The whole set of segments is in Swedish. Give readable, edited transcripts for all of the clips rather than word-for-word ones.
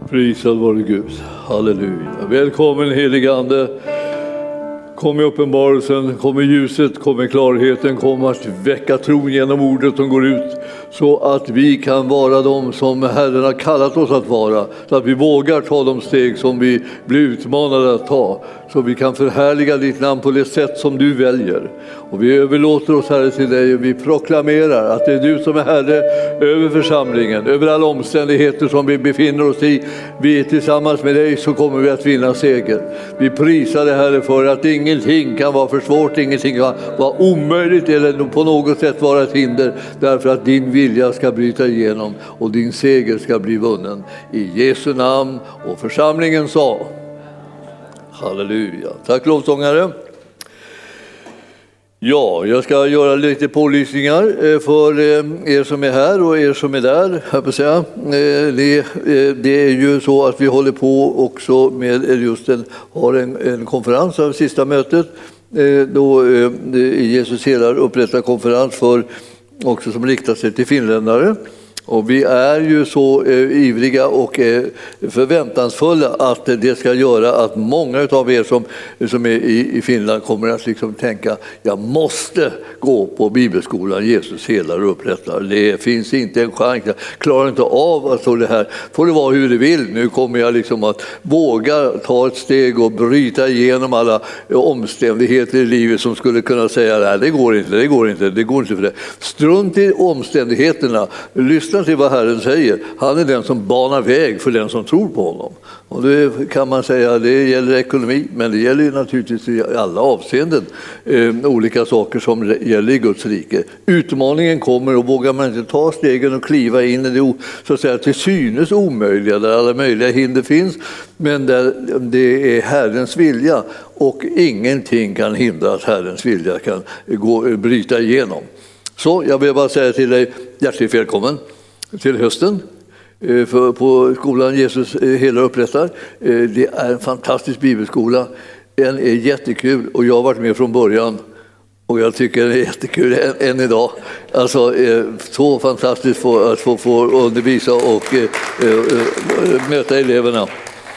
Prisad vare Gud. Halleluja. Välkommen helige Ande. Kom i uppenbarelsen, kom i ljuset, kom i klarheten, kom att väcka tron genom ordet som går ut, så att vi kan vara de som Herren har kallat oss att vara, så att vi vågar ta de steg som vi blir utmanade att ta, så vi kan förhärliga ditt namn på det sätt som du väljer. Och vi överlåter oss, Herre, till dig, och vi proklamerar att det är du som är Herre över församlingen, över alla omständigheter som vi befinner oss i. Vi är tillsammans med dig, så kommer vi att vinna seger. Vi prisar dig, Herre, för att ingenting kan vara för svårt, ingenting kan vara omöjligt eller på något sätt vara ett hinder, därför att din vilja ska bryta igenom och din seger ska bli vunnen. I Jesu namn, och församlingen sa halleluja. Tack lovsångare. Ja, jag ska göra lite pålysningar för er som är här och er som är där, här på säga. Det är ju så att vi håller på också med har en konferens av sista mötet, då Jesus hela upprättar konferens för också som riktar sig till finländare. Och vi är ju så ivriga och förväntansfulla att det ska göra att många av er som är i Finland kommer att liksom tänka: jag måste gå på bibelskolan Jesus helar och upprättar. Det finns inte en chans, jag klarar inte av att så det här. Får det vara hur det vill, nu kommer jag liksom att våga ta ett steg och bryta igenom alla omständigheter i livet som skulle kunna säga: nej, det går inte för det. Strunt i omständigheterna, lyssna till vad Herren säger. Han är den som banar väg för den som tror på honom. Och det kan man säga, det gäller ekonomi, men det gäller naturligtvis i alla avseenden olika saker som gäller i Guds rike. Utmaningen kommer, och vågar man inte ta stegen och kliva in i det så att säga till synes omöjliga, där alla möjliga hinder finns, men där det är Herrens vilja, och ingenting kan hindra att Herrens vilja kan bryta igenom. Så jag vill bara säga till dig, hjärtligt välkommen till hösten på skolan Jesus helar och upprättar. Det är en fantastisk bibelskola. Den är jättekul, och jag har varit med från början, och jag tycker den är jättekul än idag. Alltså så fantastiskt att få undervisa och möta eleverna.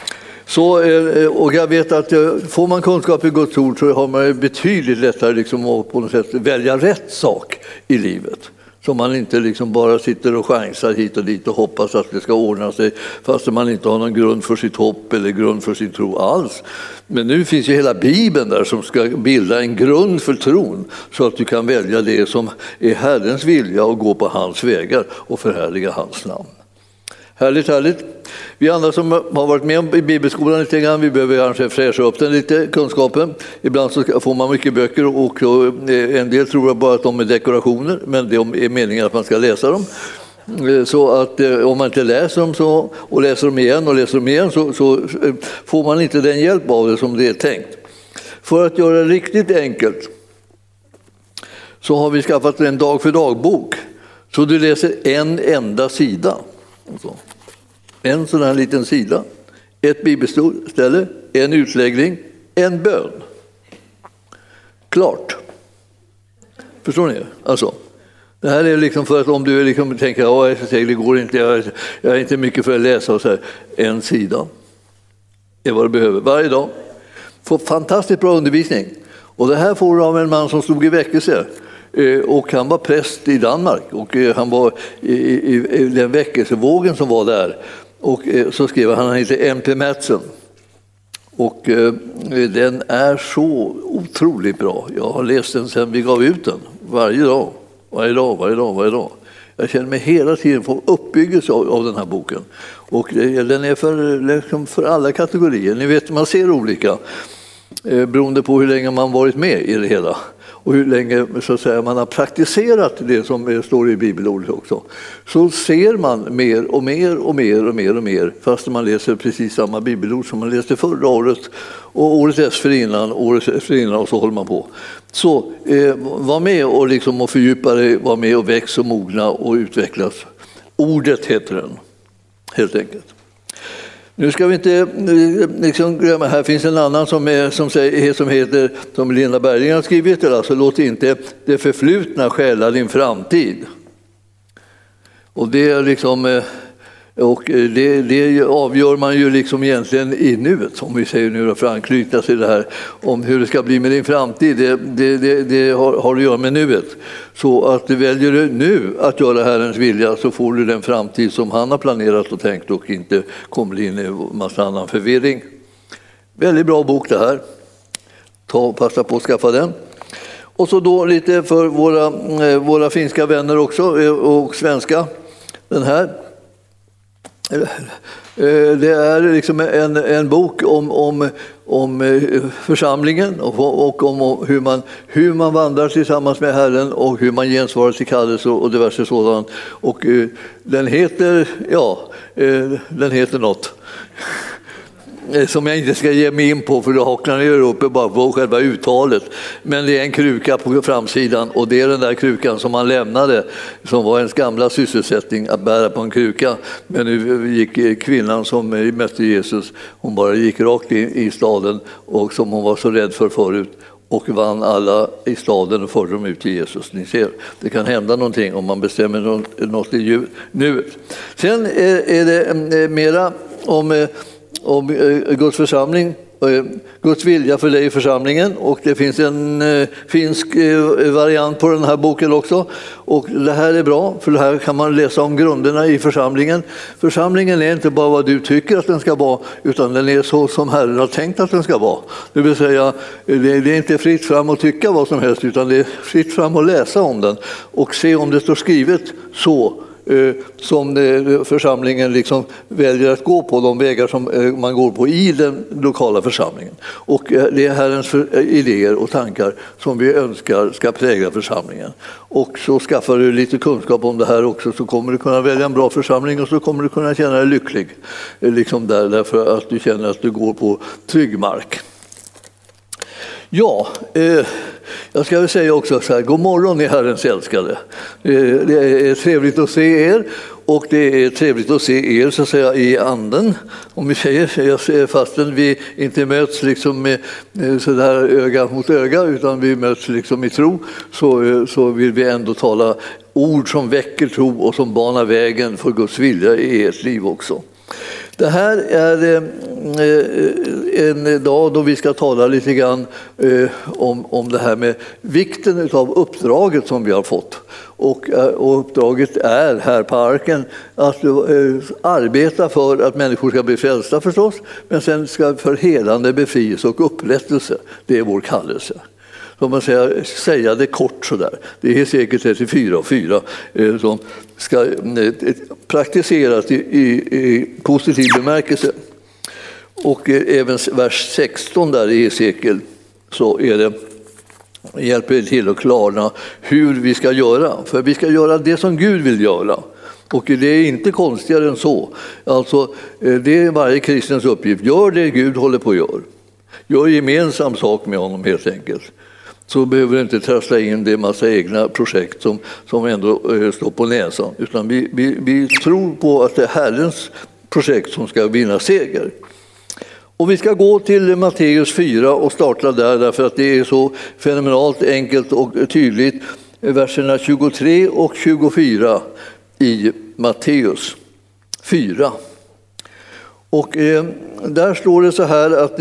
Och jag vet att får man kunskap i Guds ord, så har man betydligt lättare liksom att på något sätt välja rätt sak i livet. Så man inte liksom bara sitter och chansar hit och dit och hoppas att det ska ordna sig, fast man inte har någon grund för sitt hopp eller grund för sin tro alls. Men nu finns ju hela Bibeln där som ska bilda en grund för tron, så att du kan välja det som är Herrens vilja och gå på hans vägar och förhärliga hans namn. Härligt, härligt. Vi andra som har varit med i bibelskolan lite grann, vi behöver kanske fräscha upp den lite, kunskapen. Ibland så får man mycket böcker, och en del tror bara att de är dekorationer, men det är meningen att man ska läsa dem. Så att om man inte läser dem och läser dem igen så får man inte den hjälp av det som det är tänkt. För att göra det riktigt enkelt så har vi skaffat en dag för dagbok, så du läser en enda sida. En sån här liten sida, ett bibelställe, en utläggning, en bön. Klart. Förstår ni? Alltså, det här är liksom för att om du liksom tänker det går inte, jag är inte mycket för att läsa och så här. En sida är vad du behöver varje dag. Få fantastiskt bra undervisning. Och det här får du av en man som stod i väckelse. Och han var präst i Danmark, och han var i den väckelsevågen som var där, och så skrev han heter MP Madsen, och den är så otroligt bra. Jag har läst den sedan vi gav ut den varje dag. Jag känner mig hela tiden få uppbyggelse av den här boken, och den är för alla kategorier. Ni vet, man ser olika beroende på hur länge man varit med i det hela. Och hur länge så att säga, man har praktiserat det som står i bibelordet också. Så ser man mer och mer, fast man läser precis samma bibelord som man läste förra året och året dessförinnan, och så håller man på. Så var med och, liksom, och fördjupa dig, var med och väx och mogna och utvecklas. Ordet heter den, helt enkelt. Nu ska vi inte liksom glömma, här finns en annan som heter, som Linda Berggren har skrivit, alltså låt inte det förflutna stjäla din framtid. Och det är liksom Och det avgör man ju liksom egentligen i nuet, som vi säger nu, för att anknyta till det här om hur det ska bli med din framtid. Det har att göra med nuet. Så att du väljer nu att göra Herrens vilja, så får du den framtid som han har planerat och tänkt och inte kommer in i en massa annan förvirring. Väldigt bra bok det här. Passa på att skaffa den. Och så då lite för våra finska vänner också och svenska. Den här. Det är liksom en bok om församlingen och om hur man vandrar tillsammans med Herren och hur man gensvarar till kallelse och diverse sådant. Och den heter något som jag inte ska ge mig in på, för då haknar ni uppe bara på själva uttalet. Men det är en kruka på framsidan, och det är den där krukan som han lämnade, som var ens gamla sysselsättning, att bära på en kruka. Men nu gick kvinnan som mötte Jesus, hon bara gick rakt in i staden, och som hon var så rädd för förut, och vann alla i staden och förde dem ut till Jesus. Ni ser, det kan hända någonting om man bestämmer något i nuet. Sen är det mera om Guds församling, Guds vilja för dig i församlingen, och det finns en finsk variant på den här boken också, och det här är bra, för det här kan man läsa om grunderna i församlingen. Församlingen är inte bara vad du tycker att den ska vara, utan den är så som Herren har tänkt att den ska vara. Det vill säga, det är inte fritt fram att tycka vad som helst, utan det är fritt fram att läsa om den och se om det står skrivet så som församlingen liksom väljer att gå på, de vägar som man går på i den lokala församlingen. Och det är Herrens idéer och tankar som vi önskar ska prägla församlingen. Och så skaffar du lite kunskap om det här också, så kommer du kunna välja en bra församling, och så kommer du kunna känna dig lycklig liksom därför att du känner att du går på trygg mark. Ja, jag ska väl säga också så här: god morgon ni Herrens älskade. Det är trevligt att se er, och det är trevligt att se er så att säga i anden, om vi säger, fastän vi inte möts liksom med så där öga mot öga, utan vi möts liksom i tro, så vill vi ändå tala ord som väcker tro och som banar vägen för Guds vilja i ert liv också. Det här är en dag då vi ska tala lite grann om det här med vikten av uppdraget som vi har fått. Och uppdraget är här på Arken att arbeta för att människor ska bli frälsta förstås, men sen ska för helande, befrielse och upprättelse. Det är vår kallelse. Om man säga det kort så där. Det är säkert 34:4 som ska praktiseras i positiv bemärkelse. Och även vers 16 där i Hesekiel, så är det, hjälper det till att klarna hur vi ska göra. För vi ska göra det som Gud vill göra. Och det är inte konstigare än så. Alltså, det är varje kristens uppgift. Gör det Gud håller på att göra. Gör gemensam sak med honom helt enkelt. Så behöver du inte trassla in det massa egna projekt som ändå står på näsan. Utan vi tror på att det är Herrens projekt som ska vinna seger. Och vi ska gå till Matteus 4 och starta där, därför att det är så fenomenalt enkelt och tydligt. Verserna 23 och 24 i Matteus 4. Och där står det så här att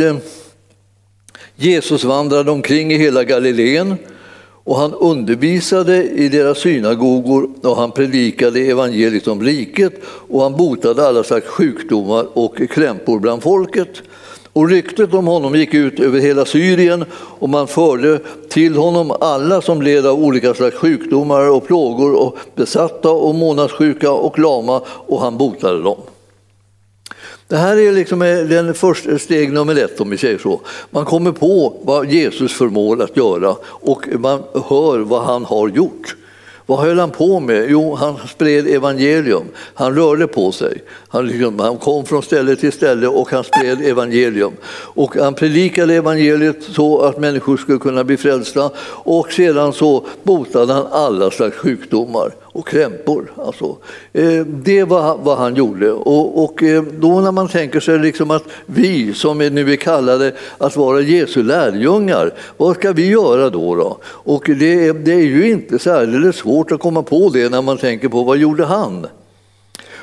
Jesus vandrade omkring i hela Galileen, och han undervisade i deras synagogor, och han predikade evangeliet om riket, och han botade alla slags sjukdomar och krämpor bland folket. Och ryktet om honom gick ut över hela Syrien, och man förde till honom alla som led av olika slags sjukdomar och plågor, och besatta och månadssjuka och lama, och han botade dem. Det här är liksom den första steg nummer 1, om vi säger så. Man kommer på vad Jesus förmår att göra, och man hör vad han har gjort. Vad höll han på med? Jo, han spred evangelium. Han rörde på sig. Han kom från ställe till ställe och han spred evangelium. Och han predikade evangeliet så att människor skulle kunna bli frälsta. Och sedan så botade han alla slags sjukdomar och krämpor. Alltså, det var vad han gjorde. Och då när man tänker sig liksom att vi som nu är kallade att vara Jesu lärjungar, vad ska vi göra då? Och det är ju inte särskilt svårt att komma på det när man tänker på vad gjorde han?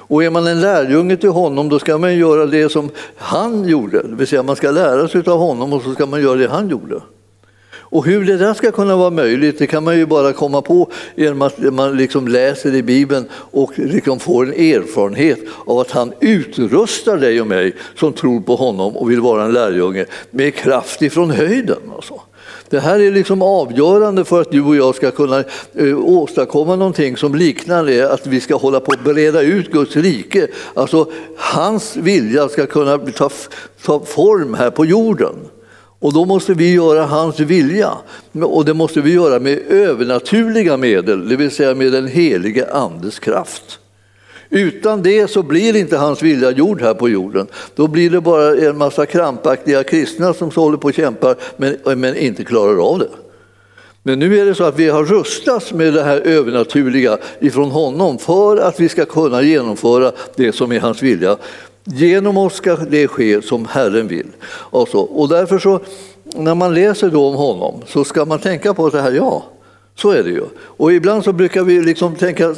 Och är man en lärjunge till honom, då ska man göra det som han gjorde. Det vill säga man ska lära sig av honom och så ska man göra det han gjorde. Och hur det där ska kunna vara möjligt, det kan man ju bara komma på genom att man liksom läser i Bibeln och liksom får en erfarenhet av att han utrustar dig och mig som tror på honom och vill vara en lärjunge med kraft ifrån höjden. Alltså. Det här är liksom avgörande för att du och jag ska kunna åstadkomma någonting som liknar det, att vi ska hålla på att breda ut Guds rike. Alltså hans vilja ska kunna ta form här på jorden. Och då måste vi göra hans vilja, och det måste vi göra med övernaturliga medel, det vill säga med den helige andes kraft. Utan det så blir inte hans vilja gjord här på jorden. Då blir det bara en massa krampaktiga kristna som håller på och kämpar men inte klarar av det. Men nu är det så att vi har rustats med det här övernaturliga ifrån honom för att vi ska kunna genomföra det som är hans vilja. Genom oss ska det ske som Herren vill. Och därför så, när man läser då om honom så ska man tänka på det här, ja, så är det ju. Och ibland så brukar vi liksom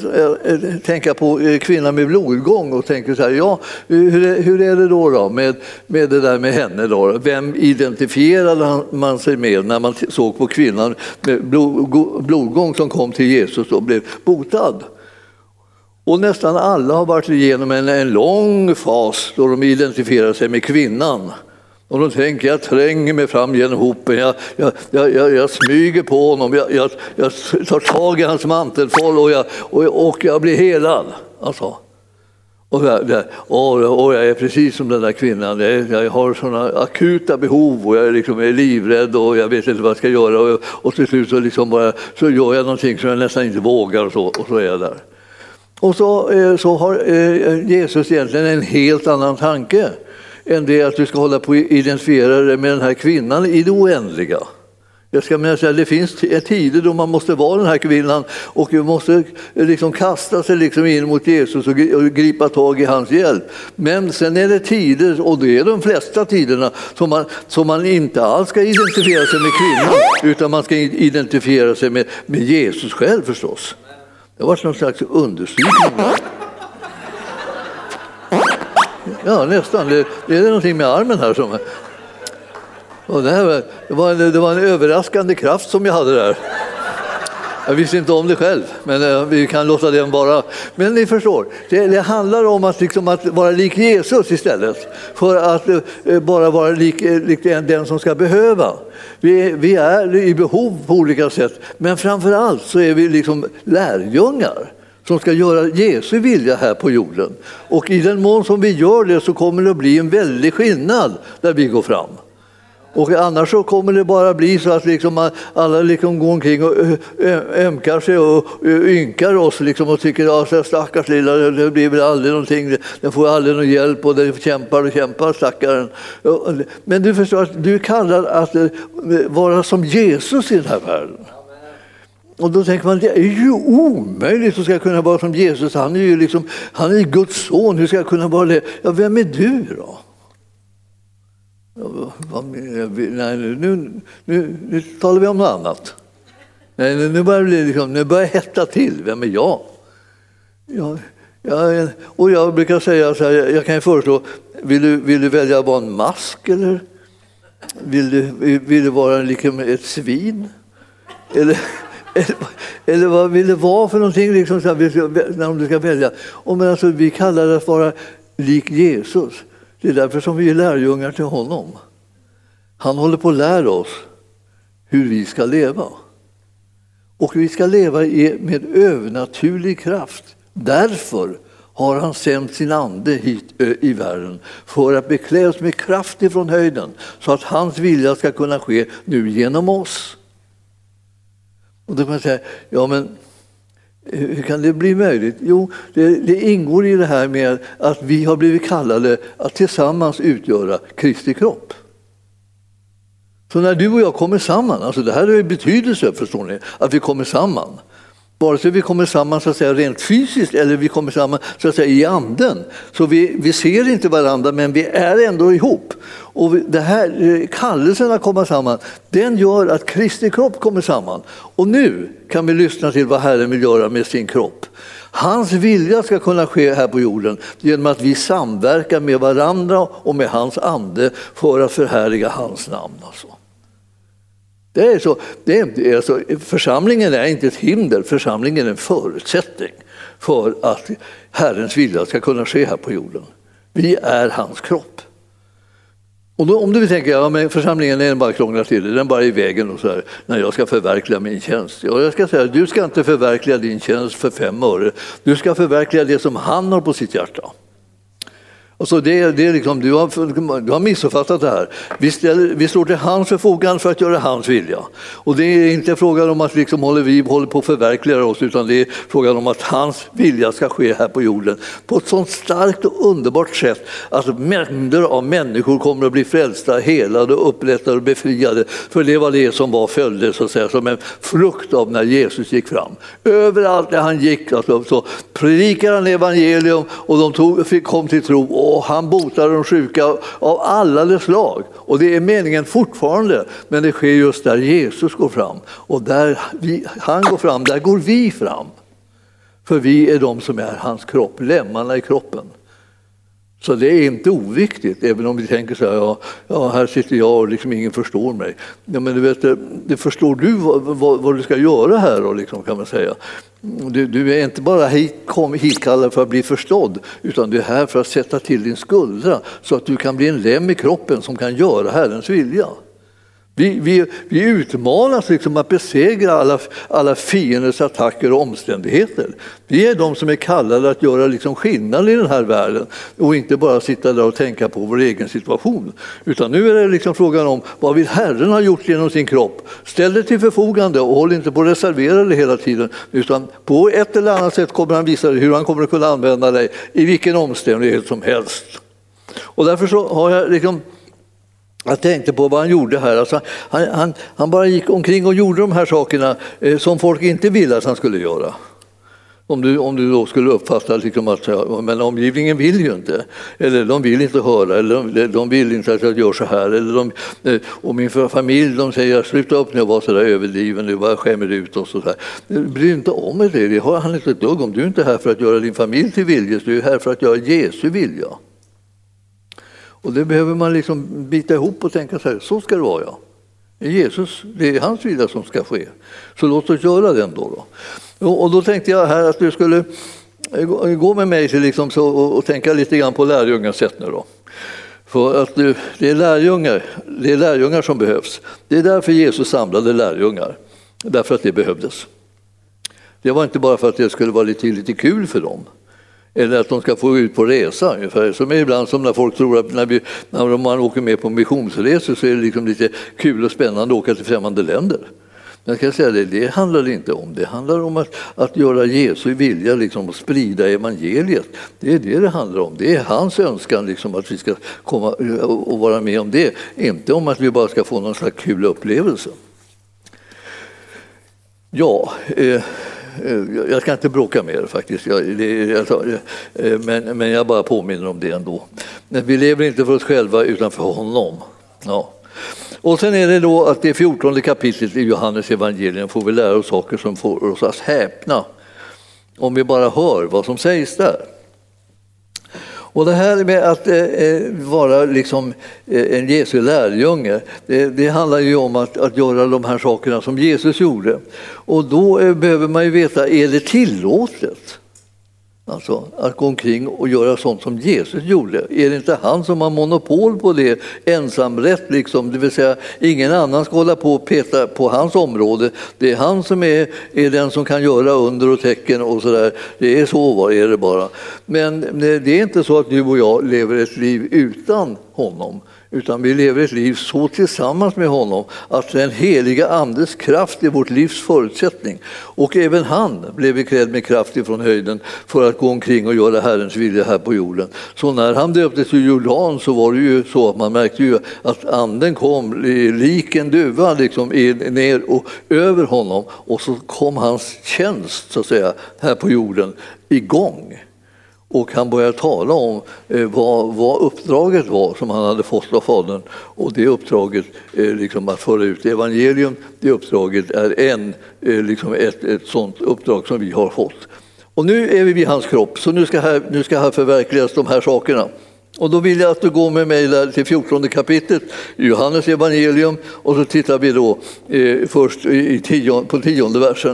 tänka på kvinnan med blodgång och tänka så här, ja, hur är det då med det där med henne då? Vem identifierade man sig med när man såg på kvinnan med blodgång som kom till Jesus och blev botad? Och nästan alla har varit igenom en lång fas då de identifierar sig med kvinnan. Och då tänker jag tränger mig fram genom hopen, jag smyger på honom, jag tar tag i hans mantelfåll och jag blir helad. Alltså. Och jag är precis som den där kvinnan, jag har sådana akuta behov och jag liksom är livrädd och jag vet inte vad jag ska göra. Och till slut så, liksom så gör jag någonting som jag nästan inte vågar och så är jag där. Och så har Jesus egentligen en helt annan tanke än det att du ska hålla på att identifiera dig med den här kvinnan i det oändliga. Jag ska menar säga, det finns tider då man måste vara den här kvinnan och man måste liksom kasta sig liksom in mot Jesus och gripa tag i hans hjälp. Men sen är det tider, och det är de flesta tiderna, som man inte alls ska identifiera sig med kvinnan, utan man ska identifiera sig med Jesus själv förstås. Det har varit någon slags understrykning. Ja, nästan. Det är någonting med armen här som... Och det var en överraskande kraft som jag hade där. Jag visste inte om det själv, men vi kan låta den vara. Men ni förstår, det handlar om att vara lik Jesus istället. För att bara vara lik den som ska behöva. Vi är i behov på olika sätt, men framför allt så är vi liksom lärjungar som ska göra Jesu vilja här på jorden. Och i den mån som vi gör det så kommer det att bli en väldig skillnad där vi går fram. Och annars så kommer det bara bli så att liksom alla liksom går omkring och ömkar sig och ynkar oss liksom och tycker att stackars lilla, det blir väl aldrig någonting, den får aldrig någon hjälp och den kämpar stackaren. Men du förstår att du kallar att vara som Jesus i den här världen. Och då tänker man, det är ju omöjligt att ska kunna vara som Jesus. Han är ju liksom, han är Guds son, hur ska jag kunna vara det? Ja, vem är du då? Nej, nu talar vi om något annat. Nej, nu börjar det hetta till. Vem är jag? Och jag brukar säga så här, jag kan föreslå, vill du välja att vara en mask eller vill du vara liksom ett svin? Eller vad vill det vara för någonting liksom, så här, när du ska välja? Men alltså, vi kallar det att vara lik Jesus. Det är därför som vi är lärjungar till honom. Han håller på att lära oss hur vi ska leva. Och vi ska leva med övernaturlig kraft. Därför har han sänt sin ande hit i världen för att beklä oss med kraft ifrån höjden så att hans vilja ska kunna ske nu genom oss. Och då kan man säga, ja men hur kan det bli möjligt? Jo, det ingår i det här med att vi har blivit kallade att tillsammans utgöra Kristi kropp. Så när du och jag kommer samman, alltså det här är betydelse, förstår ni, att vi kommer samman. Vare sig vi kommer samman så att säga, rent fysiskt eller vi kommer samman så att säga, i anden. Så vi ser inte varandra, men vi är ändå ihop. Och det här kallelsen att komma samman, den gör att Kristi kropp kommer samman. Och nu kan vi lyssna till vad Herren vill göra med sin kropp. Hans vilja ska kunna ske här på jorden genom att vi samverkar med varandra och med hans ande för att förhärliga hans namn. Alltså. Församlingen är inte ett hinder, församlingen är en förutsättning för att Herrens vilja ska kunna ske här på jorden. Vi är hans kropp. Och då, om du tänker, ja, men församlingen är bara krånglar till det, den bara är i vägen och så här, när jag ska förverkliga min tjänst. Ja, jag ska säga, du ska inte förverkliga din tjänst för 5 öre. Du ska förverkliga det som han har på sitt hjärta. Alltså det är liksom, du har missuppfattat det här. Vi står till hans förfogande för att göra hans vilja. Och det är inte frågan om att liksom vi håller på att förverkliga oss, utan det är frågan om att hans vilja ska ske här på jorden på ett sånt starkt och underbart sätt att mängder av människor kommer att bli frälsta, helade, upprättade och befriade. För det var det som var följde, så att säga, som en frukt av när Jesus gick fram. Överallt där han gick så predikade han evangelium och de kom till tro. Och han botar de sjuka av alla dess slag. Och det är meningen fortfarande. Men det sker just där Jesus går fram. Och där han går fram, där går vi fram. För vi är de som är hans kropp, lemmarna i kroppen. Så det är inte oviktigt, även om vi tänker så här, ja här sitter jag och liksom ingen förstår mig. Ja, men du vet, det förstår du vad du ska göra här då, liksom, kan man säga. Du är inte bara hitkallad för att bli förstådd, utan du är här för att sätta till din skuldra så att du kan bli en lem i kroppen som kan göra Herrens vilja. Vi utmanas liksom att besegra alla fienders attacker och omständigheter. Vi är de som är kallade att göra liksom skillnad i den här världen och inte bara sitta där och tänka på vår egen situation. Utan nu är det liksom frågan om vad vill Herren ha gjort genom sin kropp. Ställ det till förfogande och håll inte på att reservera det hela tiden. Utan på ett eller annat sätt kommer han visa dig hur han kommer att kunna använda dig i vilken omständighet som helst. Och därför så har jag liksom... Jag tänkte på vad han gjorde här. Alltså, han bara gick omkring och gjorde de här sakerna som folk inte ville att han skulle göra. Om du då skulle uppfatta liksom att men omgivningen vill ju inte. Eller de vill inte höra. Eller de vill inte att jag gör så här. Eller och min familj de säger sluta upp nu och var så där överdriven. Du bara skämmer ut oss och så där. Bry inte om det. Det har han inte ett dugg om. Du är inte här för att göra din familj till vilja. Du är här för att göra Jesu vilja. Och det behöver man liksom bita ihop och tänka så här, så ska det vara, ja. Jesus, det är hans vilja som ska ske. Så låt oss göra den då. Och då tänkte jag här att du skulle gå med mig till liksom så, och tänka lite grann på lärjungens sätt nu då. För att det är lärjungar som behövs. Det är därför Jesus samlade lärjungar. Därför att det behövdes. Det var inte bara för att det skulle vara lite kul för dem. Eller att de ska få ut på resa. Ungefär. Som är ibland som när folk tror att när man åker med på missionsresor så är det liksom lite kul och spännande att åka till främmande länder. Jag kan säga det handlar det inte om. Det handlar om att göra Jesu vilja liksom, och sprida evangeliet. Det är det handlar om. Det är hans önskan liksom, att vi ska komma och vara med om det. Inte om att vi bara ska få någon slags kul upplevelse. Ja... Jag ska inte bråka mer faktiskt, men jag bara påminner om det ändå. Vi lever inte för oss själva utan för honom. Ja. Och sen är det då att det 14:e kapitlet i Johannes evangelium får vi lära oss saker som får oss att häpna. Om vi bara hör vad som sägs där. Och det här med att vara liksom en Jesu lärjunge, det handlar ju om att göra de här sakerna som Jesus gjorde. Och då behöver man ju veta, är det tillåtet? Alltså att gå omkring och göra sånt som Jesus gjorde. Är det inte han som har monopol på det, ensamrätt liksom? Det vill säga ingen annan ska hålla på och peta på hans område. Det är han som är den som kan göra under och tecken och sådär. Det är det bara. Men det är inte så att du och jag lever ett liv utan honom, utan vi lever ett liv så tillsammans med honom att den heliga andes kraft är vårt livs förutsättning. Och även han blev beklädd med kraft ifrån höjden för att gå omkring och göra Herrens vilja här på jorden. Så när han döptes i Jordan så var det ju så att man märkte ju att anden kom lik en duva liksom ner och över honom, och så kom hans tjänst så att säga här på jorden igång. Och han började tala om vad uppdraget var som han hade fått av Fadern. Och det uppdraget, liksom att föra ut evangelium, det uppdraget är ett sånt uppdrag som vi har fått. Och nu är vi vid hans kropp, så nu ska här förverkligas de här sakerna. Och då vill jag att du går med mig där till 14 kapitlet i Johannes evangelium, och så tittar vi då först på 10:e versen.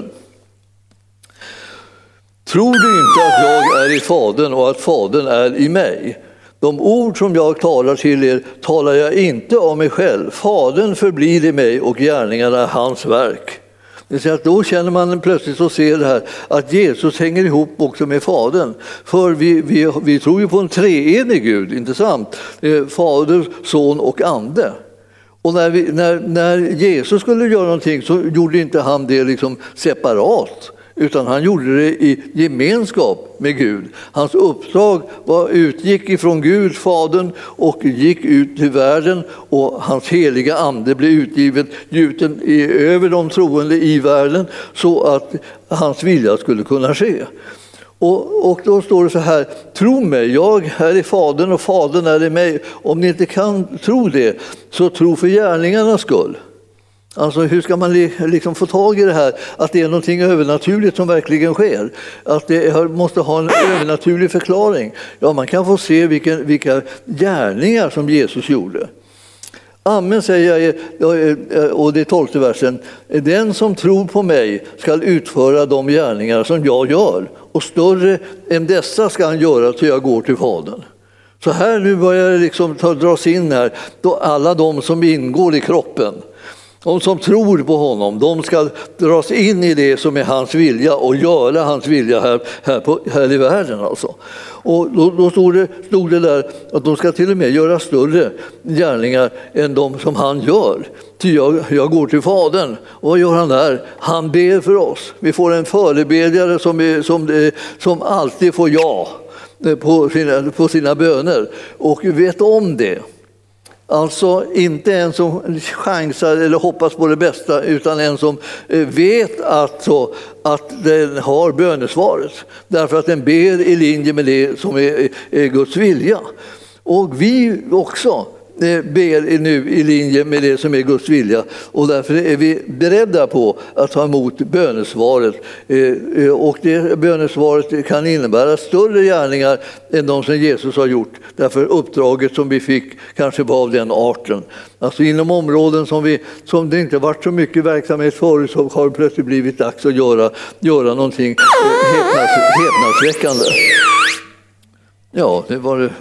Tror du inte att jag är i Fadern och att Fadern är i mig? De ord som jag talar till er talar jag inte av mig själv. Fadern förblir i mig och gärningarna är hans verk. Det vill säga att då känner man plötsligt och ser det här att Jesus hänger ihop också med Fadern. För vi tror ju på en treenig Gud, inte sant? Fader, son och ande. Och när Jesus skulle göra någonting så gjorde inte han det liksom separat, utan han gjorde det i gemenskap med Gud. Hans uppdrag utgick ifrån Gud, Fadern, och gick ut till världen, och hans heliga ande blev gjuten över de troende i världen så att hans vilja skulle kunna ske. Och då står det så här: tro mig, jag är i Fadern och Fadern är i mig. Om ni inte kan tro det, så tro för gärningarnas skull. Alltså hur ska man liksom få tag i det här, att det är någonting övernaturligt som verkligen sker? Att det måste ha en övernaturlig förklaring. Ja, man kan få se vilka gärningar som Jesus gjorde. Amen säger jag, och det är 12:e versen. Den som tror på mig ska utföra de gärningar som jag gör, och större än dessa ska han göra till jag går till Fadern. Så här nu börjar det liksom dras in här, då alla de som ingår i kroppen, de som tror på honom, de ska dras in i det som är hans vilja och göra hans vilja här i världen. Alltså. Och då stod det där att de ska till och med göra större gärningar än de som han gör. Ty jag går till Fadern. Och vad gör han där? Han ber för oss. Vi får en förebedjare som alltid får ja på sina böner. Och vet om det. Alltså inte en som chansar eller hoppas på det bästa, utan en som vet att den har bönesvaret. Därför att den ber i linje med det som är Guds vilja. Och vi också ber nu i linje med det som är Guds vilja, och därför är vi beredda på att ta emot bönesvaret. Och det bönesvaret kan innebära större gärningar än de som Jesus har gjort, därför uppdraget som vi fick kanske var av den arten. Alltså inom områden som det inte varit så mycket verksamhet förut, så har det plötsligt blivit dags att göra någonting häpnadsväckande. Ja, det var det.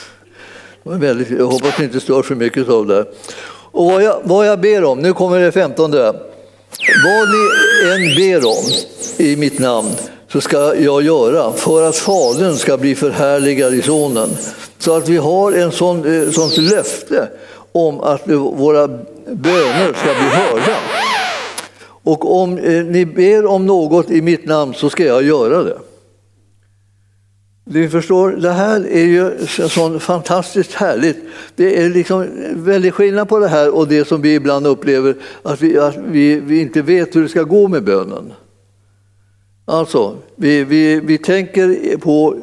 Jag hoppas inte stör för mycket av det. Och vad jag ber om, nu kommer det 15:e. Vad ni än ber om i mitt namn så ska jag göra, för att Fadern ska bli förhärligad i Sonen. Så att vi har sånt löfte om att våra böner ska bli hörda. Och om ni ber om något i mitt namn så ska jag göra det. Du förstår, det här är ju så fantastiskt härligt. Det är liksom väldigt skillnad på det här och det som vi ibland upplever, att vi inte vet hur det ska gå med bönen. Alltså, vi tänker på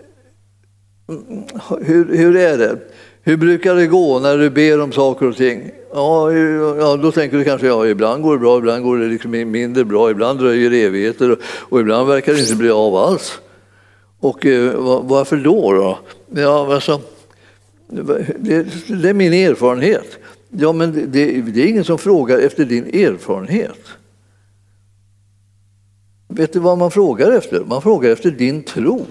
hur är det? Hur brukar det gå när du ber om saker och ting? Ja, då tänker du kanske, ibland går det bra, ibland går det liksom mindre bra, ibland dröjer det evigheter och ibland verkar det inte bli av alls. Och varför då? Ja, alltså, det är min erfarenhet. Ja, men det är ingen som frågar efter din erfarenhet. Vet du vad man frågar efter? Man frågar efter din tro.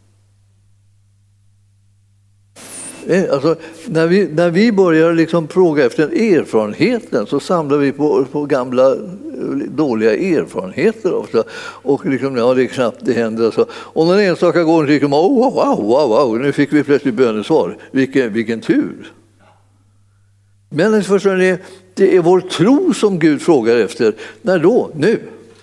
Alltså, när vi börjar liksom fråga efter erfarenheten, så samlar vi på gamla dåliga erfarenheter ofta. Och liksom, det är knappt det händer. Så. Och när enstaka gånger tycker man, wow, nu fick vi plötsligt bönesvar. Vilken tur. Men förstår ni, det är vår tro som Gud frågar efter. När då? Nu.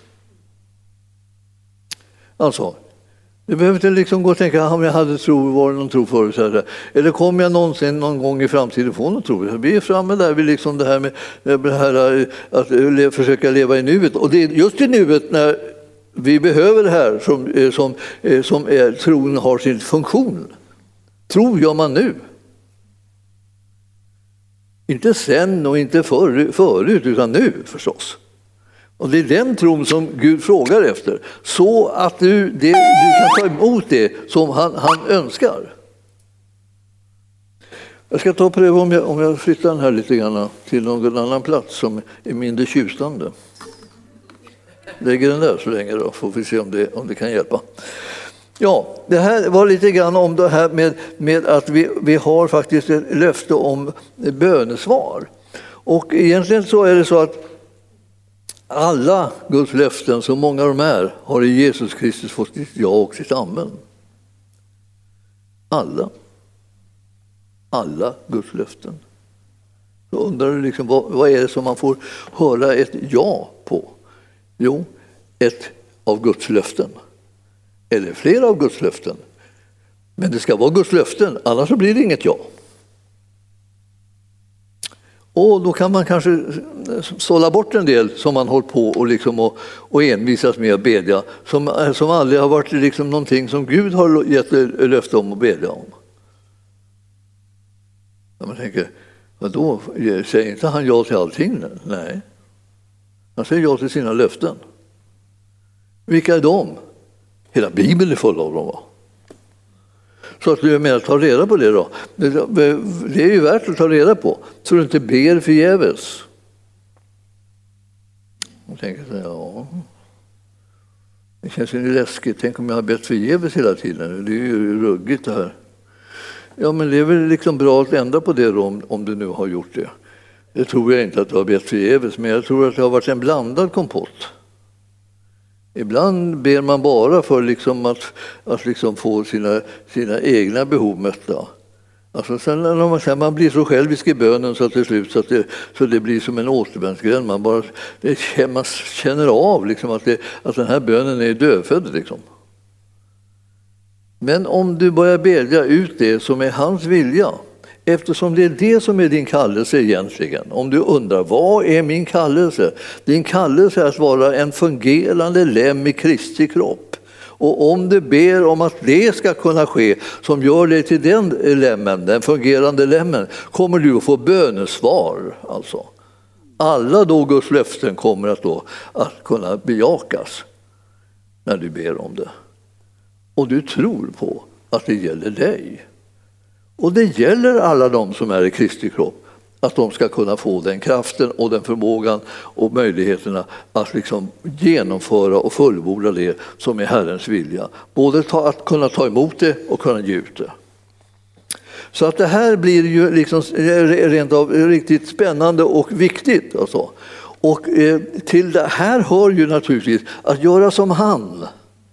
Alltså, du behöver inte liksom gå och tänka om jag hade tro, var det någon tro förut? Eller kommer jag någon gång i framtiden få någon tro? Vi är framme där vid liksom det här med det här att försöka leva i nuet. Och det är just i nuet när vi behöver det här som tron har sin funktion. Tro gör man nu. Inte sen och inte förut, utan nu förstås. Och det är den tron som Gud frågar efter. Så att du kan ta emot det som han önskar. Jag ska ta och pröva om jag flyttar den här lite grann till någon annan plats som är mindre tjusande. Lägger den där så länge då, får vi se om det kan hjälpa. Ja, det här var lite grann om det här med att vi har faktiskt ett löfte om bönesvar. Och egentligen så är det så att alla Guds löften, så många de är, har i Jesus Kristus fått sitt ja och sitt amen. Alla Guds löften. Så undrar du liksom, vad är det som man får höra ett ja på? Jo, ett av Guds löften. Eller flera av Guds löften. Men det ska vara Guds löften, annars så blir det inget ja. Och då kan man kanske sålla bort en del som man håller på och envisas med att bedja, som aldrig har varit liksom någonting som Gud har gett löfte om att bedja om. Man tänker, vadå, säger inte han ja till allting? Nej. Han säger ja till sina löften. Vilka är de? Hela Bibeln är full av dem, va? Så att du menar, ta reda på det då. Det är ju värt att ta reda på. Så du inte ber förgäves. Jag tänker så här, ja. Det känns ju läskigt. Tänk om jag har bett förgäves hela tiden. Det är ju ruggigt det här. Ja, men det är väl liksom bra att ändra på det då, om du nu har gjort det. Det tror jag inte att du har bett förgäves, men jag tror att det har varit en blandad kompott. Ibland ber man bara för liksom att liksom få sina egna behov mötta. Alltså sen när man blir så självisk i bönen så att till slut så det blir som en återvändsgränd. Man känner av liksom att den här bönen är dödfödd. Liksom. Men om du börjar bedja ut det som är hans vilja, eftersom det är det som är din kallelse egentligen. Om du undrar, vad är min kallelse? Din kallelse är att vara en fungerande lem i Kristi kropp. Och om du ber om att det ska kunna ske, som gör dig till den lemmen, den fungerande lemmen, kommer du att få bönesvar. Alltså. Alla då Guds löften kommer att kunna bejakas när du ber om det. Och du tror på att det gäller dig. Och det gäller alla de som är i Kristi kropp, att de ska kunna få den kraften och den förmågan och möjligheterna att liksom genomföra och fullborda det som är Herrens vilja. Både att kunna ta emot det och kunna ge ut det. Så att det här blir ju liksom rent av riktigt spännande och viktigt. Alltså. Och till det här hör ju naturligtvis att göra som han.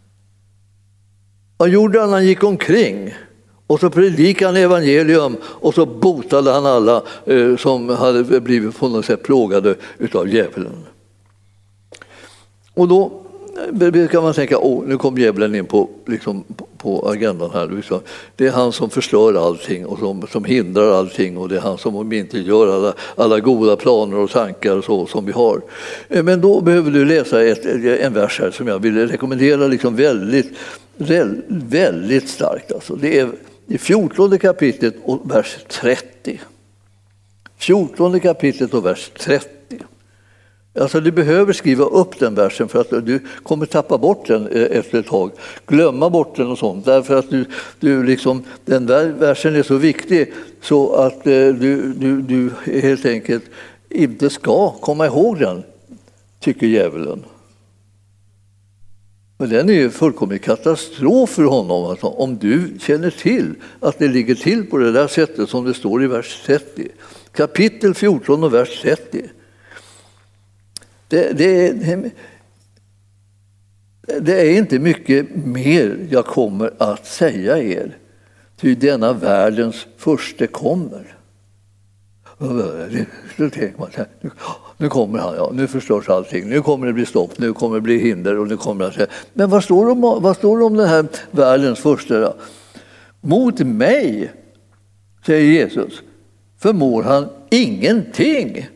Vad gjorde han? Han gick omkring. Och så predikade han evangelium och så botade han alla som hade blivit på något sätt plågade utav djävulen. Och då kan man tänka, nu kom djävulen in på agendan här. Det är han som förstör allting och som hindrar allting, och det är han som inte gör alla goda planer och tankar så som vi har. Men då behöver du läsa en vers här som jag vill rekommendera liksom väldigt starkt. Alltså. Det är i 14 kapitlet och vers 30. 14 kapitlet och vers 30. Alltså du behöver skriva upp den versen för att du kommer tappa bort den efter ett tag. Glömma bort den och sånt. Därför att du liksom, den där versen är så viktig så att du helt enkelt inte ska komma ihåg den, tycker djävulen. Men den är ju fullkomlig katastrof för honom. Alltså, om du känner till att det ligger till på det där sättet som det står i vers 30. Kapitel 14 och vers 30. Det är inte mycket mer jag kommer att säga er. Ty denna världens första kommer. Då tänker man så här, nu kommer han, ja, nu förstörs allting, nu kommer det bli stopp, nu kommer det bli hinder och nu kommer det att... Men vad står det om den här världens första då? Mot mig, säger Jesus, förmår han ingenting.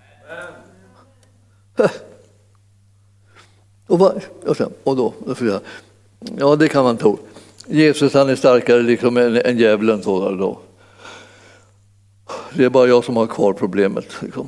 Och då ja, det kan man tro. Jesus, han är starkare liksom än djävulen. Då. Det är bara jag som har kvar problemet. Liksom.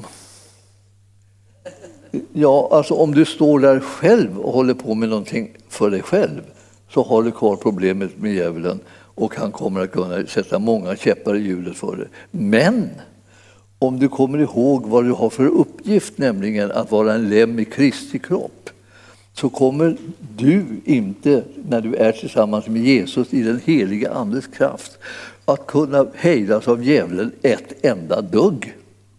Ja, alltså om du står där själv och håller på med någonting för dig själv, så har du kvar problemet med djävulen och han kommer att kunna sätta många käppar i hjulet för dig. Men om du kommer ihåg vad du har för uppgift, nämligen att vara en lem i Kristi kropp, så kommer du inte, när du är tillsammans med Jesus i den heliga Andes kraft, att kunna hejdas av djävulen ett enda dugg.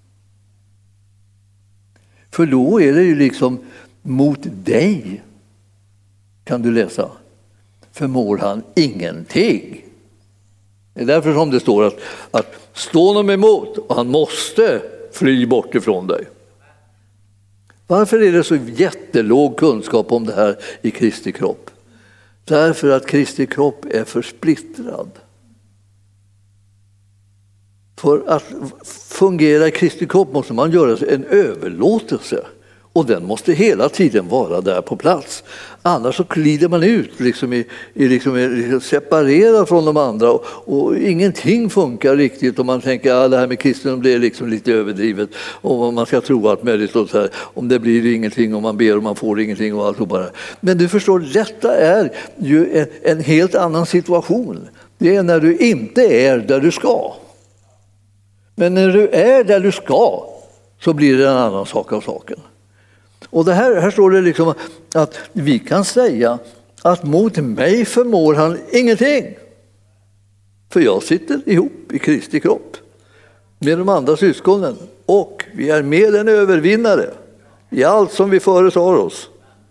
För då är det ju liksom mot dig, kan du läsa, förmår han ingenting. Det är därför som det står att stå honom emot och han måste fly bort ifrån dig. Varför är det så jättelåg kunskap om det här i Kristi kropp? Därför att Kristi kropp är för splittrad. För att fungera i Kristi kropp måste man göra en överlåtelse. Och den måste hela tiden vara där på plats. Annars så glider man ut liksom separerad från de andra. Och ingenting funkar riktigt om man tänker att det här med kristendom det är liksom lite överdrivet. Och man ska tro allt möjligt. Och så här, om det blir ingenting, om man ber och man får ingenting och allt och bara. Men du förstår, detta är ju en helt annan situation. Det är när du inte är där du ska. Men när du är där du ska så blir det en annan sak av saken. Och det här står det liksom att vi kan säga att mot mig förmår han ingenting. För jag sitter ihop i Kristi kropp med de andra syskonen och vi är mer än övervinnare i allt som vi företar oss.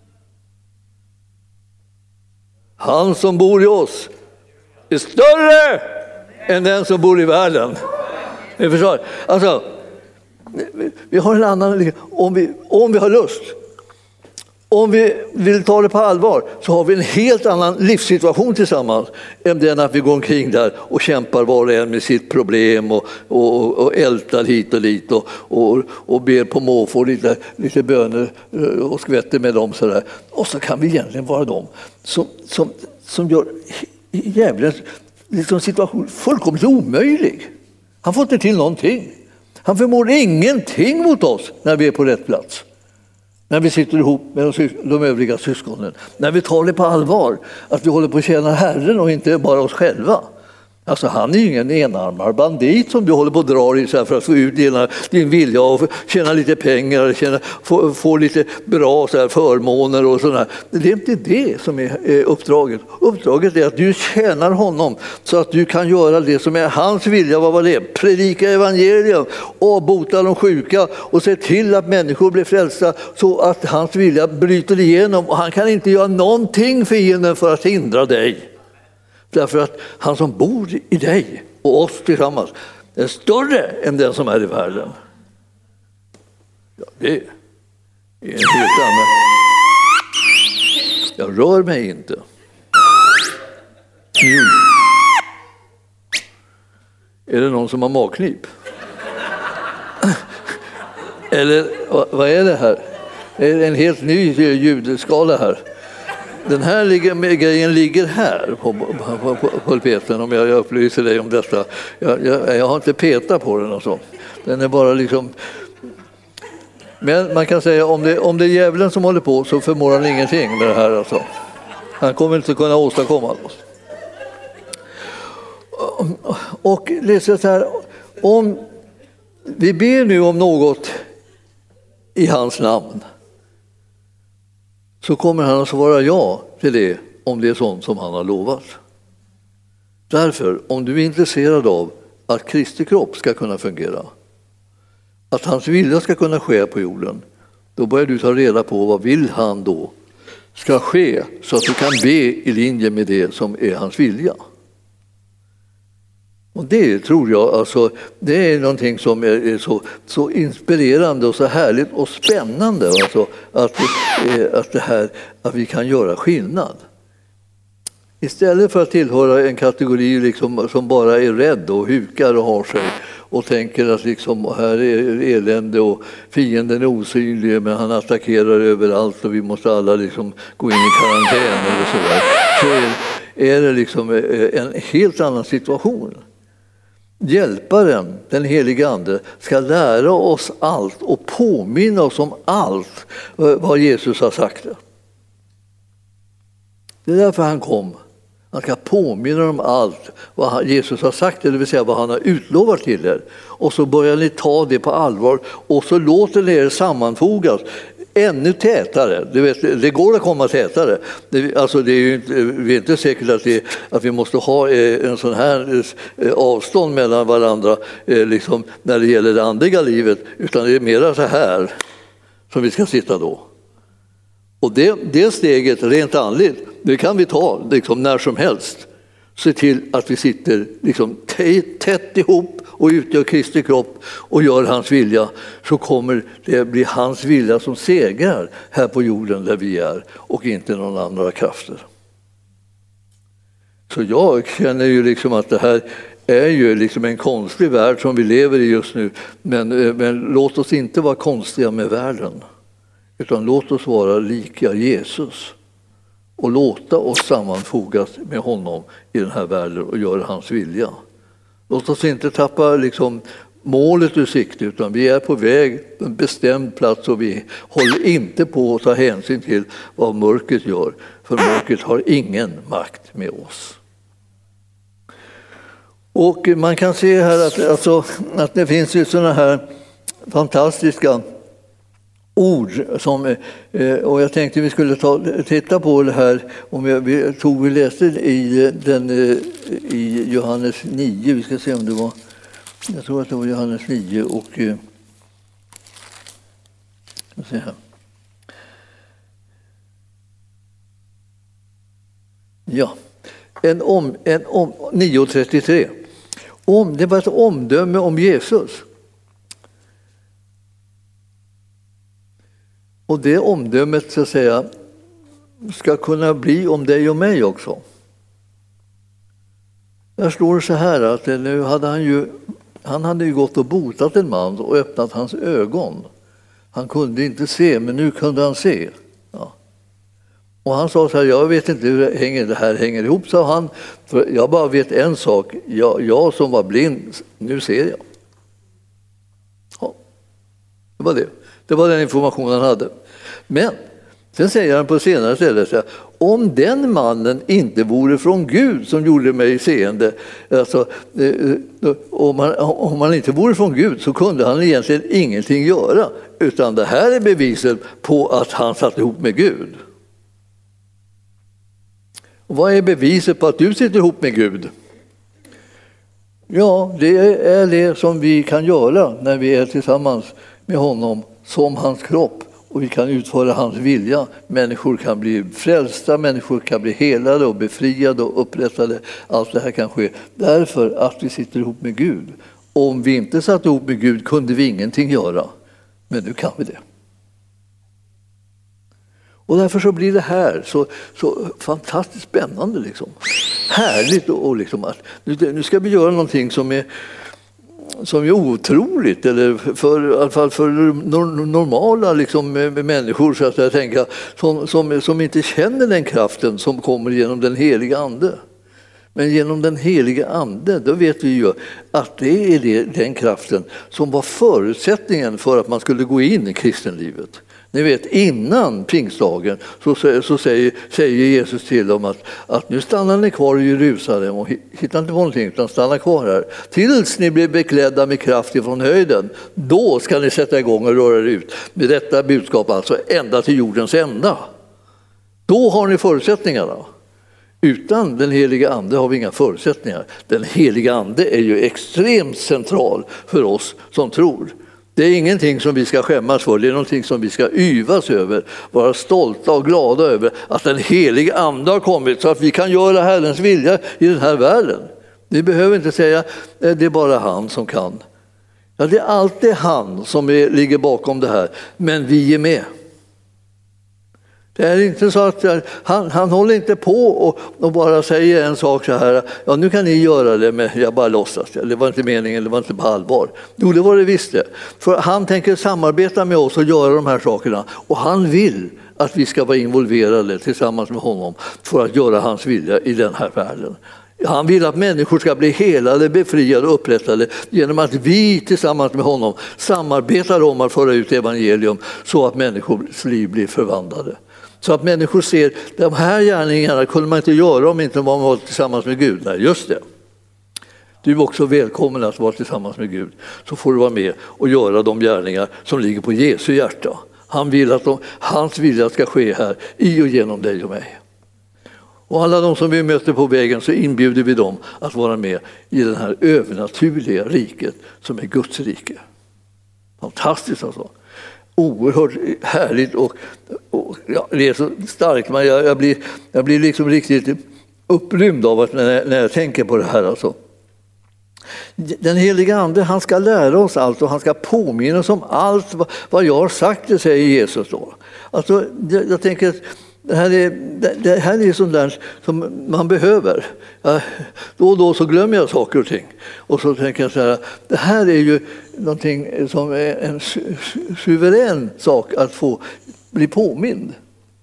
Han som bor i oss är större än den som bor i världen. Ni förstår? Alltså, vi har en annan, om vi har lust, om vi vill ta det på allvar, så har vi en helt annan livssituation tillsammans än den att vi går omkring där och kämpar var och en med sitt problem och ältar hit och dit och ber på måfå lite böner och skvätter med dem sådär. Och så kan vi egentligen vara dem som gör djävulens liksom situation fullkomligt omöjlig. Han får inte till någonting. Han förmår ingenting mot oss när vi är på rätt plats. När vi sitter ihop med de övriga syskonen. När vi tar det på allvar. Att vi håller på att tjäna Herren och inte bara oss själva. Alltså han är ju ingen enarmad bandit som du håller på att dra i så här för att få ut din vilja och tjäna lite pengar, få lite bra så här förmåner och sådär. Det är inte det som är uppdraget. Uppdraget är att du tjänar honom så att du kan göra det som är hans vilja. Vad var det? Predika evangelium och bota de sjuka och se till att människor blir frälsta så att hans vilja bryter igenom. Och han kan inte göra någonting fienden för att hindra dig. Därför att han som bor i dig och oss tillsammans är större än den som är i världen. Ja, det är en helt annan. Jag rör mig inte. Är det någon som har magknip? Eller vad är det här? Är det en helt ny ljudskala här? Den här grejen ligger här på pulpeten, om jag upplyser dig om detta. Jag har inte petat på den och så. Den är bara liksom... Men man kan säga om det är djävulen som håller på så förmår han ingenting med det här. Alltså. Han kommer inte kunna åstadkomma något. Och det är så här, om vi ber nu om något i hans namn, så kommer han att svara ja till det om det är sånt som han har lovat. Därför, om du är intresserad av att Kristi kropp ska kunna fungera, att hans vilja ska kunna ske på jorden, då börjar du ta reda på vad vill han då ska ske så att du kan be i linje med det som är hans vilja. Och det tror jag, alltså, det är någonting som är så inspirerande och så härligt och spännande, alltså, att vi kan göra skillnad. Istället för att tillhöra en kategori liksom, som bara är rädd och hukar och har sig och tänker att liksom, här är elände och fienden är osynlig men han attackerar överallt och vi måste alla liksom gå in i karantän eller sådär, så är det liksom en helt annan situation. Hjälparen, den helige Ande, ska lära oss allt och påminna oss om allt vad Jesus har sagt. Det är därför han kom. Han ska påminna om allt vad Jesus har sagt, det vill säga vad han har utlovat till er. Och så börjar ni ta det på allvar och så låter ni er sammanfogas ännu tätare. Du vet, det går att komma tätare. Alltså det är ju inte, vi är inte säkert att vi måste ha en sån här avstånd mellan varandra liksom, när det gäller det andliga livet, utan det är mer så här som vi ska sitta då. Och det steget rent andligt, det kan vi ta liksom, när som helst. Se till att vi sitter liksom, tätt ihop och utgör Kristi kropp och gör hans vilja, så kommer det bli hans vilja som segrar här på jorden där vi är och inte någon andra krafter. Så jag känner ju liksom att det här är ju liksom en konstig värld som vi lever i just nu, men låt oss inte vara konstiga med världen, utan låt oss vara lika Jesus och låta oss sammanfogas med honom i den här världen och göra hans vilja. Låt oss inte tappa liksom målet ur sikte, utan vi är på väg på en bestämd plats och vi håller inte på att ta hänsyn till vad mörkret gör, för mörkret har ingen makt med oss. Och man kan se här att det finns ju sådana här fantastiska ord som, och jag tänkte vi skulle titta på det här, om vi läste i Johannes 9, vi ska se om det var, jag tror att det var Johannes 9 och ska se här. Ja, 9:33. Det var ett omdöme om Jesus. Och det omdömet, så att säga, ska kunna bli om dig och mig också. Där står det så här att nu hade han hade ju gått och botat en man och öppnat hans ögon. Han kunde inte se, men nu kunde han se. Ja. Och han sa så här, jag vet inte hur det här hänger ihop, sa han. För jag bara vet en sak, jag som var blind, nu ser jag. Ja. Det var det. Det var den information han hade. Men sen säger han på senare stället så här, om den mannen inte vore från Gud som gjorde mig seende, alltså, om han inte vore från Gud så kunde han egentligen ingenting göra, utan det här är beviset på att han satt ihop med Gud. Och vad är beviset på att du sitter ihop med Gud? Ja, det är det som vi kan göra när vi är tillsammans med honom som hans kropp och vi kan utföra hans vilja. Människor kan bli frälsta, människor kan bli helade och befriade och upprättade. Allt det här kan ske därför att vi sitter ihop med Gud. Om vi inte satt ihop med Gud kunde vi ingenting göra, men nu kan vi det. Och därför så blir det här så fantastiskt spännande, liksom. Härligt och liksom att nu ska vi göra någonting som är otroligt, eller i alla fall för normala liksom, människor, så att jag tänker, som inte känner den kraften som kommer genom den heliga Ande. Men genom den heliga Ande, då vet vi ju att det är den kraften som var förutsättningen för att man skulle gå in i kristenlivet. Ni vet, innan pingstdagen så säger Jesus till dem att nu stannar ni kvar i Jerusalem och hittar inte på någonting, utan stanna kvar här. Tills ni blir beklädda med kraft ifrån höjden, då ska ni sätta igång och röra er ut med detta budskap, alltså ända till jordens ända. Då har ni förutsättningarna. Utan den heliga Ande har vi inga förutsättningar. Den heliga Ande är ju extremt central för oss som tror. Det är ingenting som vi ska skämmas för, det är någonting som vi ska yvas över, vara stolta och glada över att den heliga Ande har kommit så att vi kan göra Herrens vilja i den här världen. Ni behöver inte säga det är bara han som kan. Ja, det är alltid han som ligger bakom det här, men vi är med. Det är inte så att han håller inte på och bara säger en sak så här, ja nu kan ni göra det, men jag bara låtsas. Det var inte meningen, det var inte på allvar. Jo, det var det visst det. För han tänker samarbeta med oss och göra de här sakerna. Och han vill att vi ska vara involverade tillsammans med honom för att göra hans vilja i den här världen. Han vill att människor ska bli helade, befriade och upprättade genom att vi tillsammans med honom samarbetar om att föra ut evangelium så att människors liv blir förvandlade. Så att människor ser att de här gärningarna kunde man inte göra om inte man var tillsammans med Gud. Nej, just det. Du är också välkommen att vara tillsammans med Gud. Så får du vara med och göra de gärningar som ligger på Jesu hjärta. Han vill att hans vilja ska ske här i och genom dig och mig. Och alla de som vi möter på vägen så inbjuder vi dem att vara med i den här övernaturliga riket som är Guds rike. Fantastiskt alltså. Oerhört härligt och ja, det är så starkt. Men jag blir liksom riktigt upprymd av att när jag tänker på det här. Alltså. Den heliga ande, han ska lära oss allt och han ska påminna oss om allt vad jag har sagt, det säger Jesus då. Alltså, jag tänker att det här är sånt där som man behöver. Då och då så glömmer jag saker och ting. Och så tänker jag så här, det här är ju någonting som är en suverän sak att få bli påmind.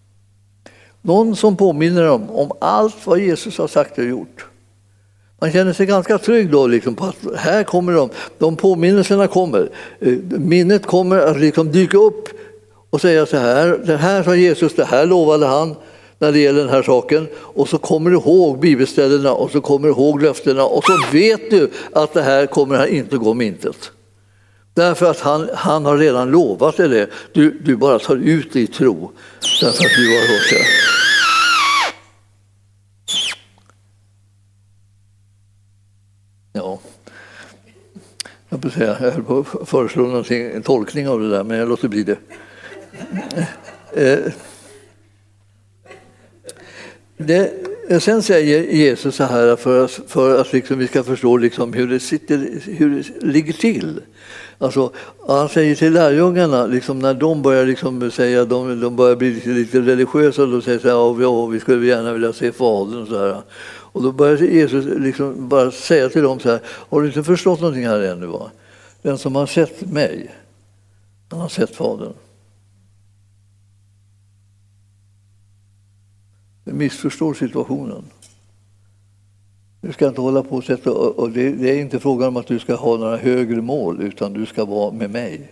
Någon som påminner om allt vad Jesus har sagt och gjort. Man känner sig ganska trygg då liksom på att här kommer de påminnelserna kommer. Minnet kommer att liksom dyka upp och säga så här, det här sa Jesus, det här lovade han när det gäller den här saken. Och så kommer du ihåg bibelställena och så kommer du ihåg löftena och så vet du att det här kommer här inte gå om intet. Därför att han har redan lovat dig det. Du bara tar ut det i tro. Därför att du har hört det. Ja. Jag höll på att föreslå en tolkning av det där, men jag låter bli det. Sen säger Jesus så här för att liksom vi ska förstå liksom hur det ligger till. Alltså, han säger till lärjungarna liksom, när de börjar liksom säga de börjar bli lite religiösa och då säger så här, ja, vi skulle gärna vilja se Fadern och så här. Och då börjar Jesus liksom bara säga till dem så här, har du inte förstått någonting här ännu? Va? Den som har sett mig, han har sett Fadern. Du missförstår situationen. Du ska inte hålla på och sätta, och det är inte frågan om att du ska ha några högre mål, utan du ska vara med mig.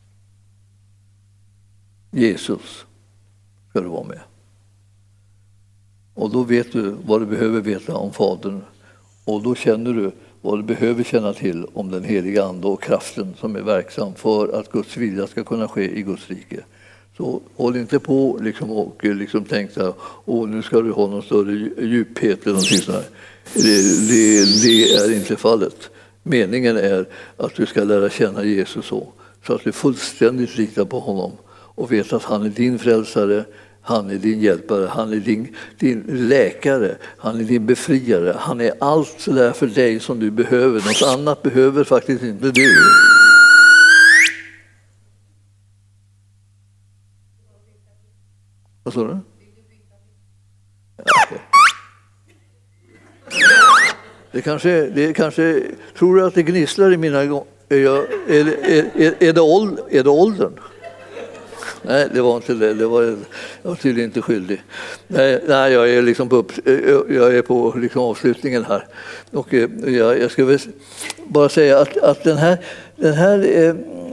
Jesus ska du vara med. Och då vet du vad du behöver veta om Fadern. Och då känner du vad du behöver känna till om den heliga ande och kraften som är verksam för att Guds vilja ska kunna ske i Guds rike. Så håll inte på liksom, och liksom tänk så här, nu ska du ha någon större djuphet eller någonting så här. Det är inte fallet. Meningen är att du ska lära känna Jesus så att du fullständigt litar på honom och vet att han är din frälsare, han är din hjälpare, han är din läkare, han är din befriare. Han är allt så där för dig som du behöver. Något annat behöver faktiskt inte du. Vad sa du? Det kanske tror du att det gnisslar i mina gånger? Är det åldern? Nej, det var inte det. Jag var tydligen inte skyldig. Nej, jag är liksom jag är på liksom avslutningen här. Och jag ska väl bara säga att den här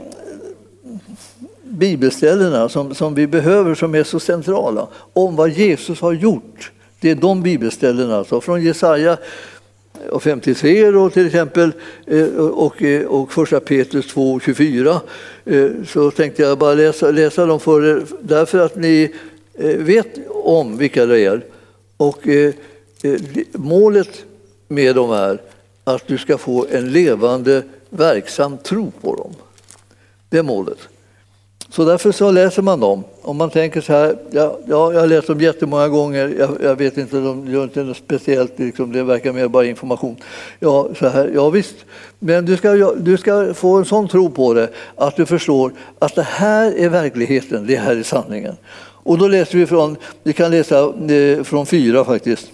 bibelställena som vi behöver, som är så centrala om vad Jesus har gjort, det är de bibelställena alltså, från Jesaja och 53 då, till exempel och första Petrus 2:24, så tänkte jag bara läsa dem för er, därför att ni vet om vilka det är, och målet med dem är att du ska få en levande verksam tro på dem. Det är målet. Så därför så läser man dem. Om man tänker så här, jag har läst dem jättemånga gånger, jag vet inte, de gör inte något speciellt, liksom, det verkar mer bara information. Ja, så här, ja visst, men du ska få en sån tro på det att du förstår att det här är verkligheten, det här är sanningen. Och då läser vi kan läsa från 4 faktiskt.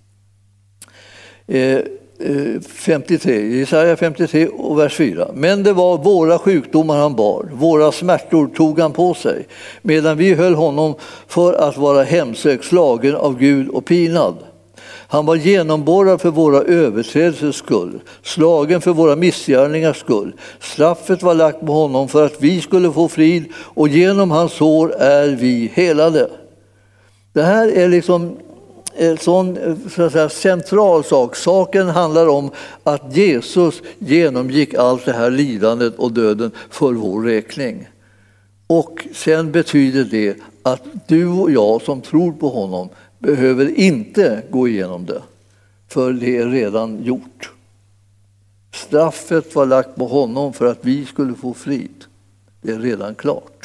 53, Jesaja 53 och vers 4. Men det var våra sjukdomar han bar, våra smärtor tog han på sig, medan vi höll honom för att vara hemsökt, slagen av Gud och pinad. Han var genomborrad för våra överträdelsers skull, slagen för våra missgärningars skull. Straffet var lagt på honom för att vi skulle få frid, och genom hans sår är vi helade. Det här är liksom en sån, så att säga, central sak. Saken handlar om att Jesus genomgick allt det här lidandet och döden för vår räkning. Och sen betyder det att du och jag som tror på honom behöver inte gå igenom det, för det är redan gjort. Straffet var lagt på honom för att vi skulle få frid. Det är redan klart.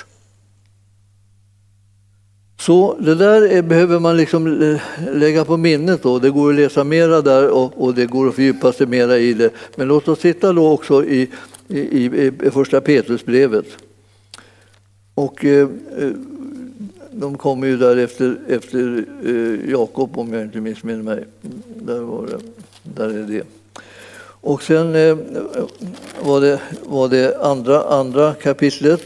Så det där behöver man liksom lägga på minnet då. Det går att läsa mera där och det går att fördjupa sig mera i det. Men låt oss titta då också i första Petrusbrevet. Och de kommer ju där efter Jakob, om jag inte missminner mig. Där är det. Och sen var det andra kapitlet.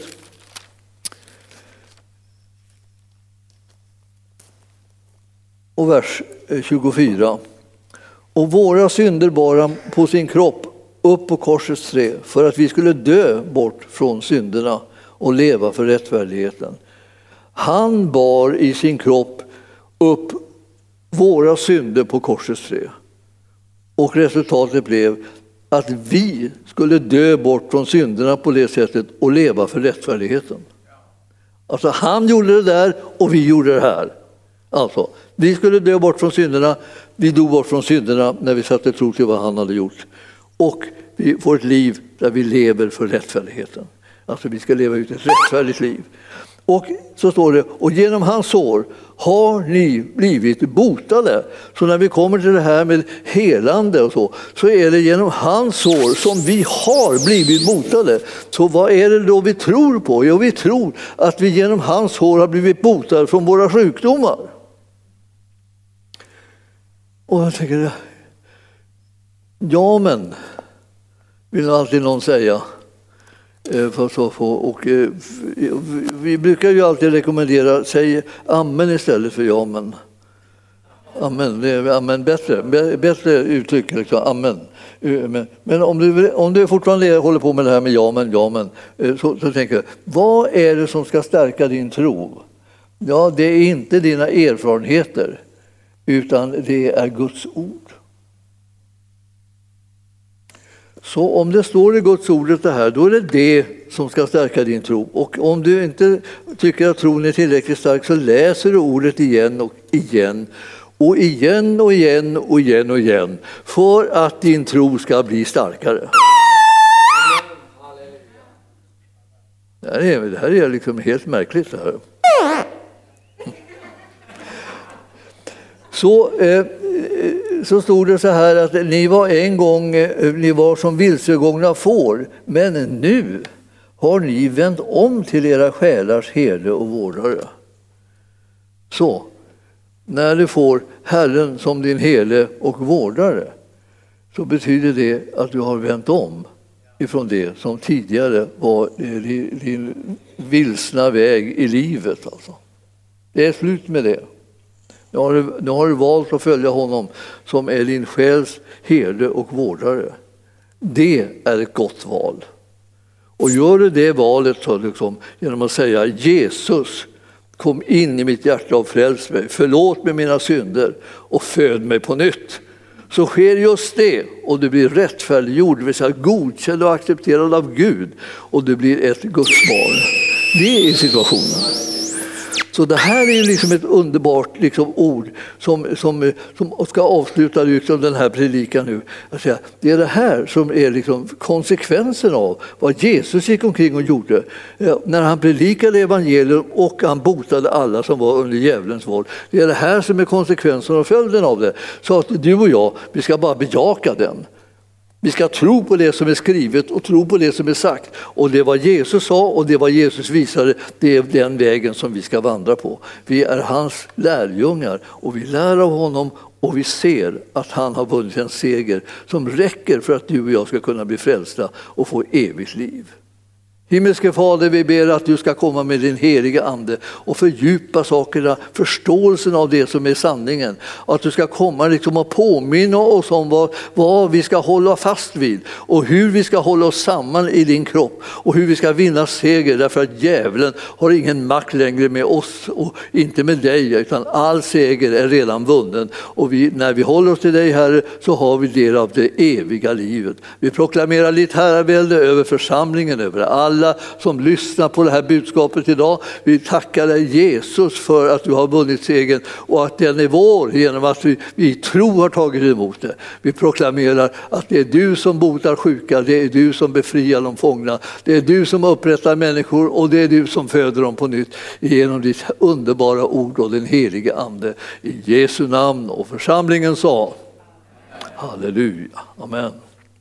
Och vers 24. Och våra synder bar han på sin kropp upp på korsets trä för att vi skulle dö bort från synderna och leva för rättfärdigheten. Han bar i sin kropp upp våra synder på korsets trä. Och resultatet blev att vi skulle dö bort från synderna på det sättet och leva för rättfärdigheten. Alltså han gjorde det där och vi gjorde det här. Alltså, vi skulle dö bort från synderna, vi dog bort från synderna när vi satte tro till vad han hade gjort. Och vi får ett liv där vi lever för rättfärdigheten. Alltså vi ska leva ut ett rättfärdigt liv. Och så står det, och genom hans sår har ni blivit botade. Så när vi kommer till det här med helande och så är det genom hans sår som vi har blivit botade. Så vad är det då vi tror på? Jo, vi tror att vi genom hans sår har blivit botade från våra sjukdomar. Och jag tänker, ja men, vill alltid någon säga. Och vi brukar ju alltid rekommendera, säg amen istället för ja men. Amen, det är amen bättre uttryck, liksom, amen. Men om du fortfarande håller på med det här med ja men, så tänker jag, vad är det som ska stärka din tro? Ja, det är inte dina erfarenheter, utan det är Guds ord. Så om det står i Guds ordet det här, då är det som ska stärka din tro. Och om du inte tycker att tron är tillräckligt stark, så läser du ordet igen och igen. Och igen och igen och igen och igen. För att din tro ska bli starkare. Det här är liksom helt märkligt. Det här. Så stod det så här att ni var som vilsegångna får, men nu har ni vänt om till era själars herde och vårdare. Så, när du får Herren som din herde och vårdare, så betyder det att du har vänt om ifrån det som tidigare var din vilsna väg i livet. Alltså. Det är slut med det. Nu har du valt att följa honom som är din själs herde och vårdare. Det är ett gott val. Och gör du det valet så liksom, genom att säga Jesus, kom in i mitt hjärta och fräls mig, förlåt mig mina synder och föd mig på nytt. Så sker just det och du blir rättfärdiggjord, det vill säga godkänd och accepterad av Gud, och du blir ett Guds barn. Det är situationen. Så det här är liksom ett underbart liksom, ord som ska avsluta liksom, den här predikan nu. Alltså, det är det här som är liksom, konsekvensen av vad Jesus gick omkring och gjorde. När han predikade evangelium och han botade alla som var under djävulens våld. Det är det här som är konsekvensen och följden av det. Så att du och jag, vi ska bara bejaka den. Vi ska tro på det som är skrivet och tro på det som är sagt. Och det var Jesus sa och det var Jesus visade, det är den vägen som vi ska vandra på. Vi är hans lärjungar och vi lär av honom och vi ser att han har vunnit en seger som räcker för att du och jag ska kunna bli frälsta och få evigt liv. Himmelske Fader, vi ber att du ska komma med din heliga ande och fördjupa sakerna, förståelsen av det som är sanningen. Att du ska komma liksom och påminna oss om vad vi ska hålla fast vid och hur vi ska hålla oss samman i din kropp och hur vi ska vinna seger, därför att djävulen har ingen makt längre med oss och inte med dig, utan all seger är redan vunnen. Och när vi håller oss till dig, Herre, så har vi del av det eviga livet. Vi proklamerar ditt herravälde över församlingen, över alla som lyssnar på det här budskapet idag. Vi tackar dig, Jesus, för att du har vunnit segern och att den är vår genom att vi tro har tagit emot det. Vi proklamerar att det är du som botar sjuka, det är du som befriar de fångna, det är du som upprättar människor och det är du som föder dem på nytt genom ditt underbara ord och den helige ande. I Jesu namn, och församlingen sa halleluja, amen.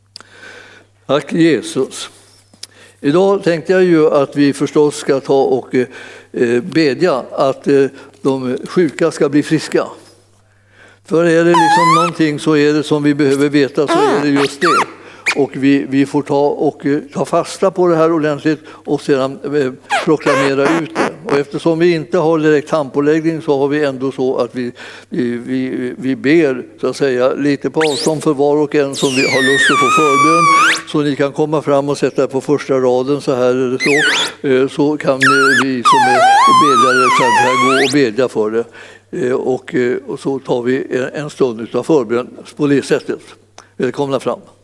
Tack Jesus. Idag tänkte jag ju att vi förstås ska ta och bedja att de sjuka ska bli friska. För är det liksom någonting så är det som vi behöver veta, så är det just det. Och vi får ta fasta på det här ordentligt och sedan proklamera ut det. Och eftersom vi inte har direkt handpåläggning så har vi ändå så att vi ber så att säga lite på avstånd för var och en som vi har lust att få förbön. Så ni kan komma fram och sätta på första raden så här eller så kan vi som är bedjare så här gå och bedja för det. Och så tar vi en stund av förbön på det sättet. Välkomna fram.